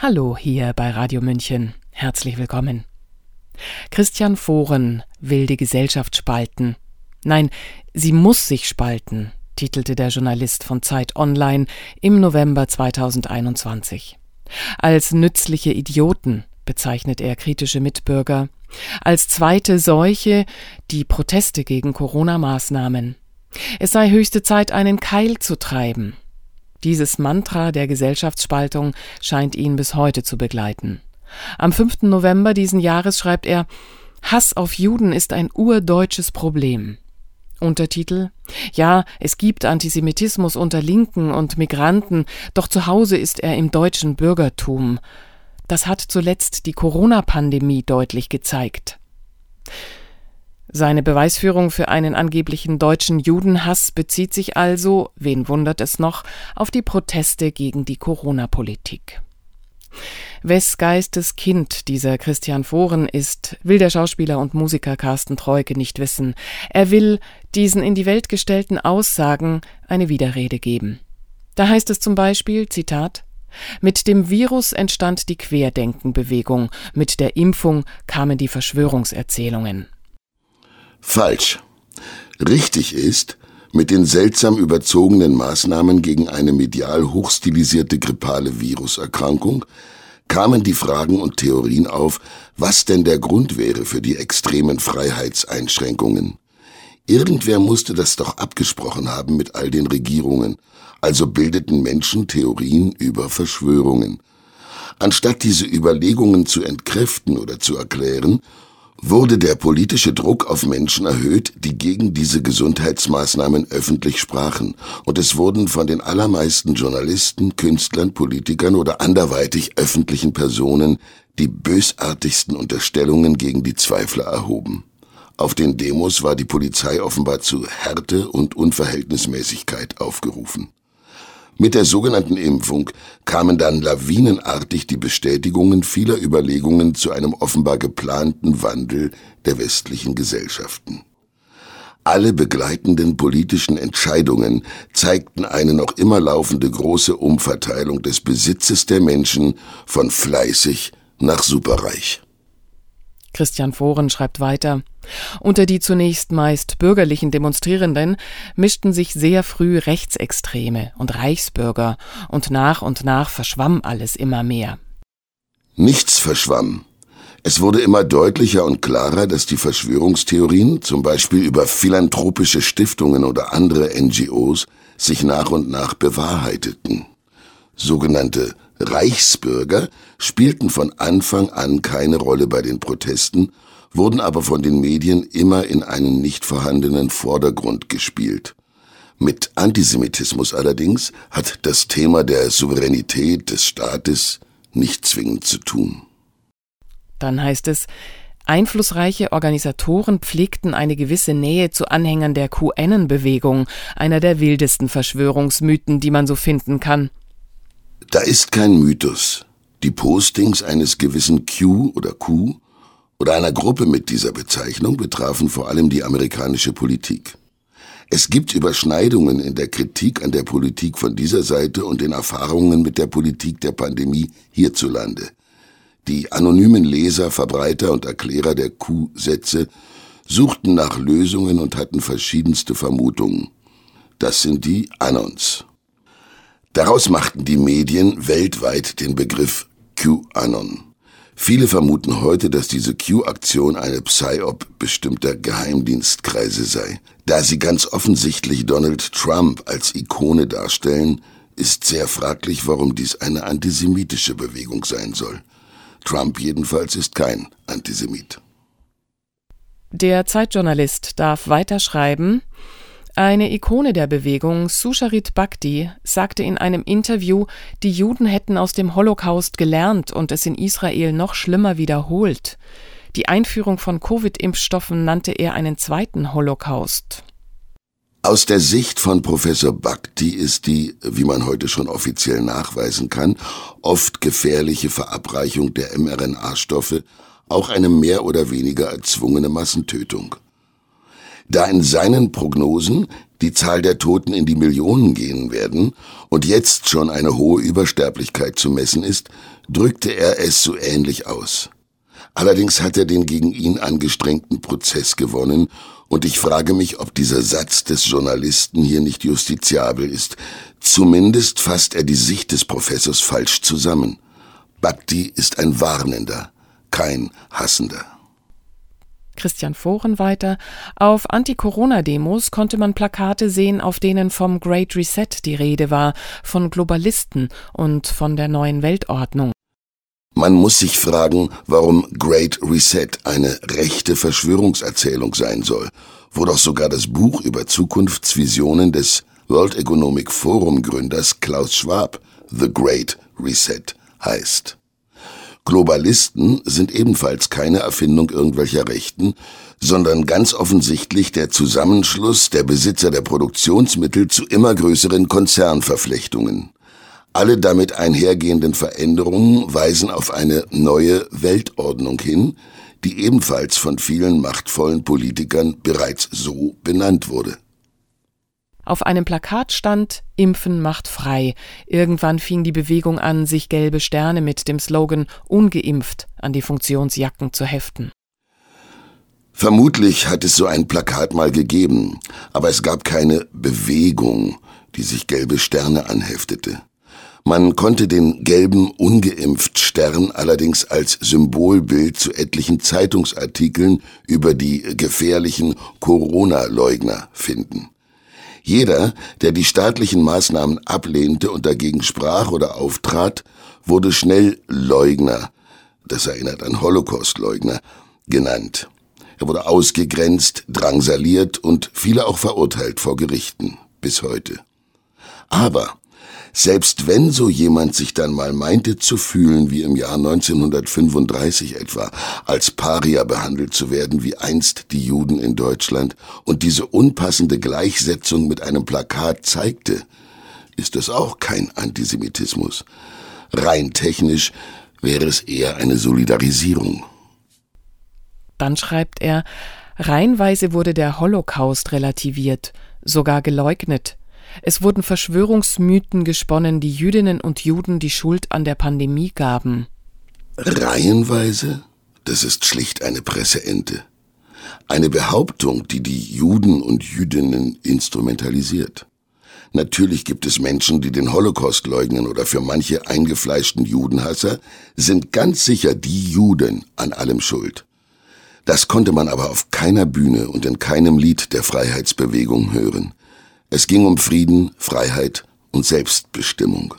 Hallo hier bei Radio München. Herzlich willkommen. Christian Foren will die Gesellschaft spalten. Nein, sie muss sich spalten, titelte der Journalist von Zeit Online im November 2021. Als nützliche Idioten bezeichnet er kritische Mitbürger, als zweite Seuche die Proteste gegen Corona-Maßnahmen. Es sei höchste Zeit, einen Keil zu treiben. Dieses Mantra der Gesellschaftsspaltung scheint ihn bis heute zu begleiten. Am 5. November diesen Jahres schreibt er: Hass auf Juden ist ein urdeutsches Problem. Untertitel: Ja, es gibt Antisemitismus unter Linken und Migranten, doch zu Hause ist er im deutschen Bürgertum. Das hat zuletzt die Corona-Pandemie deutlich gezeigt. Seine Beweisführung für einen angeblichen deutschen Judenhass bezieht sich also, wen wundert es noch, auf die Proteste gegen die Corona-Politik. Wes Geistes Kind dieser Christian Foren ist, will der Schauspieler und Musiker Carsten Treuke nicht wissen. Er will diesen in die Welt gestellten Aussagen eine Widerrede geben. Da heißt es zum Beispiel, Zitat: Mit dem Virus entstand die Querdenkenbewegung, mit der Impfung kamen die Verschwörungserzählungen. Falsch. Richtig ist, mit den seltsam überzogenen Maßnahmen gegen eine medial hochstilisierte grippale Viruserkrankung kamen die Fragen und Theorien auf, was denn der Grund wäre für die extremen Freiheitseinschränkungen. Irgendwer musste das doch abgesprochen haben mit all den Regierungen, also bildeten Menschen Theorien über Verschwörungen. Anstatt diese Überlegungen zu entkräften oder zu erklären, wurde der politische Druck auf Menschen erhöht, die gegen diese Gesundheitsmaßnahmen öffentlich sprachen, und es wurden von den allermeisten Journalisten, Künstlern, Politikern oder anderweitig öffentlichen Personen die bösartigsten Unterstellungen gegen die Zweifler erhoben. Auf den Demos war die Polizei offenbar zu Härte und Unverhältnismäßigkeit aufgerufen. Mit der sogenannten Impfung kamen dann lawinenartig die Bestätigungen vieler Überlegungen zu einem offenbar geplanten Wandel der westlichen Gesellschaften. Alle begleitenden politischen Entscheidungen zeigten eine noch immer laufende große Umverteilung des Besitzes der Menschen von fleißig nach superreich. Christian Foren schreibt weiter: Unter die zunächst meist bürgerlichen Demonstrierenden mischten sich sehr früh Rechtsextreme und Reichsbürger, und nach verschwamm alles immer mehr. Nichts verschwamm. Es wurde immer deutlicher und klarer, dass die Verschwörungstheorien, zum Beispiel über philanthropische Stiftungen oder andere NGOs, sich nach und nach bewahrheiteten. Sogenannte Reichsbürger spielten von Anfang an keine Rolle bei den Protesten, wurden aber von den Medien immer in einen nicht vorhandenen Vordergrund gespielt. Mit Antisemitismus allerdings hat das Thema der Souveränität des Staates nicht zwingend zu tun. Dann heißt es: Einflussreiche Organisatoren pflegten eine gewisse Nähe zu Anhängern der QAnon-Bewegung, einer der wildesten Verschwörungsmythen, die man so finden kann. Da ist kein Mythos. Die Postings eines gewissen Q oder Q oder einer Gruppe mit dieser Bezeichnung betrafen vor allem die amerikanische Politik. Es gibt Überschneidungen in der Kritik an der Politik von dieser Seite und den Erfahrungen mit der Politik der Pandemie hierzulande. Die anonymen Leser, Verbreiter und Erklärer der Q-Sätze suchten nach Lösungen und hatten verschiedenste Vermutungen. Das sind die Anons. Daraus machten die Medien weltweit den Begriff QAnon. Viele vermuten heute, dass diese Q-Aktion eine Psyop bestimmter Geheimdienstkreise sei. Da sie ganz offensichtlich Donald Trump als Ikone darstellen, ist sehr fraglich, warum dies eine antisemitische Bewegung sein soll. Trump jedenfalls ist kein Antisemit. Der Zeitjournalist darf weiterschreiben: Eine Ikone der Bewegung, Susharit Bhakti, sagte in einem Interview, die Juden hätten aus dem Holocaust gelernt und es in Israel noch schlimmer wiederholt. Die Einführung von Covid-Impfstoffen nannte er einen zweiten Holocaust. Aus der Sicht von Professor Bhakti ist die, wie man heute schon offiziell nachweisen kann, oft gefährliche Verabreichung der mRNA-Stoffe auch eine mehr oder weniger erzwungene Massentötung. Da in seinen Prognosen die Zahl der Toten in die Millionen gehen werden und jetzt schon eine hohe Übersterblichkeit zu messen ist, drückte er es so ähnlich aus. Allerdings hat er den gegen ihn angestrengten Prozess gewonnen und ich frage mich, ob dieser Satz des Journalisten hier nicht justiziabel ist. Zumindest fasst er die Sicht des Professors falsch zusammen. Bhakti ist ein Warnender, kein Hassender. Christian Foren weiter: Auf Anti-Corona-Demos konnte man Plakate sehen, auf denen vom Great Reset die Rede war, von Globalisten und von der neuen Weltordnung. Man muss sich fragen, warum Great Reset eine rechte Verschwörungserzählung sein soll, wo doch sogar das Buch über Zukunftsvisionen des World Economic Forum Gründers Klaus Schwab The Great Reset heißt. Globalisten sind ebenfalls keine Erfindung irgendwelcher Rechten, sondern ganz offensichtlich der Zusammenschluss der Besitzer der Produktionsmittel zu immer größeren Konzernverflechtungen. Alle damit einhergehenden Veränderungen weisen auf eine neue Weltordnung hin, die ebenfalls von vielen machtvollen Politikern bereits so benannt wurde. Auf einem Plakat stand: Impfen macht frei. Irgendwann fing die Bewegung an, sich gelbe Sterne mit dem Slogan »Ungeimpft« an die Funktionsjacken zu heften. Vermutlich hat es so ein Plakat mal gegeben, aber es gab keine Bewegung, die sich gelbe Sterne anheftete. Man konnte den gelben Ungeimpft-Stern allerdings als Symbolbild zu etlichen Zeitungsartikeln über die gefährlichen Corona-Leugner finden. Jeder, der die staatlichen Maßnahmen ablehnte und dagegen sprach oder auftrat, wurde schnell Leugner, das erinnert an Holocaust-Leugner, genannt. Er wurde ausgegrenzt, drangsaliert und viele auch verurteilt vor Gerichten, bis heute. Aber selbst wenn so jemand sich dann mal meinte zu fühlen, wie im Jahr 1935 etwa, als Paria behandelt zu werden, wie einst die Juden in Deutschland, und diese unpassende Gleichsetzung mit einem Plakat zeigte, ist das auch kein Antisemitismus. Rein technisch wäre es eher eine Solidarisierung. Dann schreibt er: Reihenweise wurde der Holocaust relativiert, sogar geleugnet. Es wurden Verschwörungsmythen gesponnen, die Jüdinnen und Juden die Schuld an der Pandemie gaben. Reihenweise? Das ist schlicht eine Presseente. Eine Behauptung, die die Juden und Jüdinnen instrumentalisiert. Natürlich gibt es Menschen, die den Holocaust leugnen, oder für manche eingefleischten Judenhasser sind ganz sicher die Juden an allem schuld. Das konnte man aber auf keiner Bühne und in keinem Lied der Freiheitsbewegung hören. Es ging um Frieden, Freiheit und Selbstbestimmung.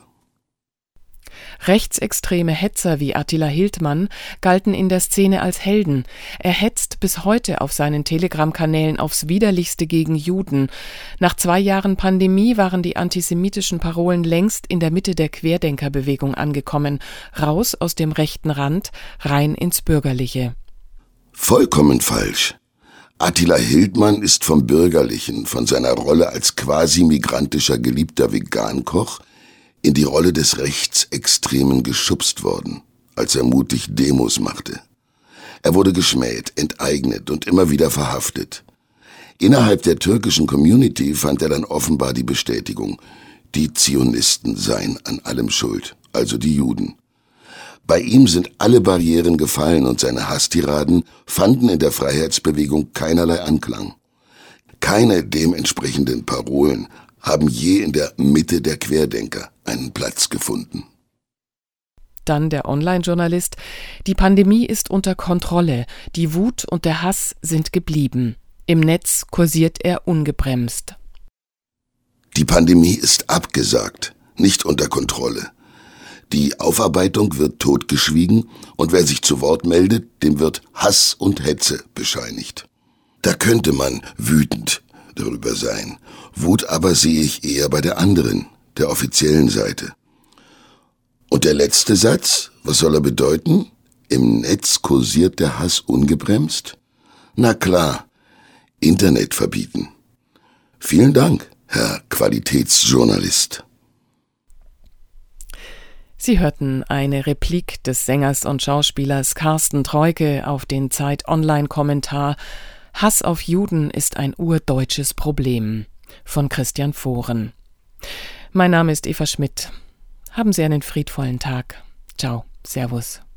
Rechtsextreme Hetzer wie Attila Hildmann galten in der Szene als Helden. Er hetzt bis heute auf seinen Telegram-Kanälen aufs Widerlichste gegen Juden. Nach 2 Jahren Pandemie waren die antisemitischen Parolen längst in der Mitte der Querdenkerbewegung angekommen. Raus aus dem rechten Rand, rein ins Bürgerliche. Vollkommen falsch. Attila Hildmann ist vom Bürgerlichen, von seiner Rolle als quasi-migrantischer geliebter Vegankoch in die Rolle des Rechtsextremen geschubst worden, als er mutig Demos machte. Er wurde geschmäht, enteignet und immer wieder verhaftet. Innerhalb der türkischen Community fand er dann offenbar die Bestätigung, die Zionisten seien an allem schuld, also die Juden. Bei ihm sind alle Barrieren gefallen und seine Hasstiraden fanden in der Freiheitsbewegung keinerlei Anklang. Keine dementsprechenden Parolen haben je in der Mitte der Querdenker einen Platz gefunden. Dann der Online-Journalist: Die Pandemie ist unter Kontrolle, die Wut und der Hass sind geblieben. Im Netz kursiert er ungebremst. Die Pandemie ist abgesagt, nicht unter Kontrolle. Die Aufarbeitung wird totgeschwiegen und wer sich zu Wort meldet, dem wird Hass und Hetze bescheinigt. Da könnte man wütend darüber sein. Wut aber sehe ich eher bei der anderen, der offiziellen Seite. Und der letzte Satz, was soll er bedeuten? Im Netz kursiert der Hass ungebremst? Na klar, Internet verbieten. Vielen Dank, Herr Qualitätsjournalist. Sie hörten eine Replik des Sängers und Schauspielers Carsten Treuke auf den Zeit-Online-Kommentar: Hass auf Juden ist ein urdeutsches Problem. von Christian Fohren. Mein Name ist Eva Schmidt. Haben Sie einen friedvollen Tag. Ciao, Servus.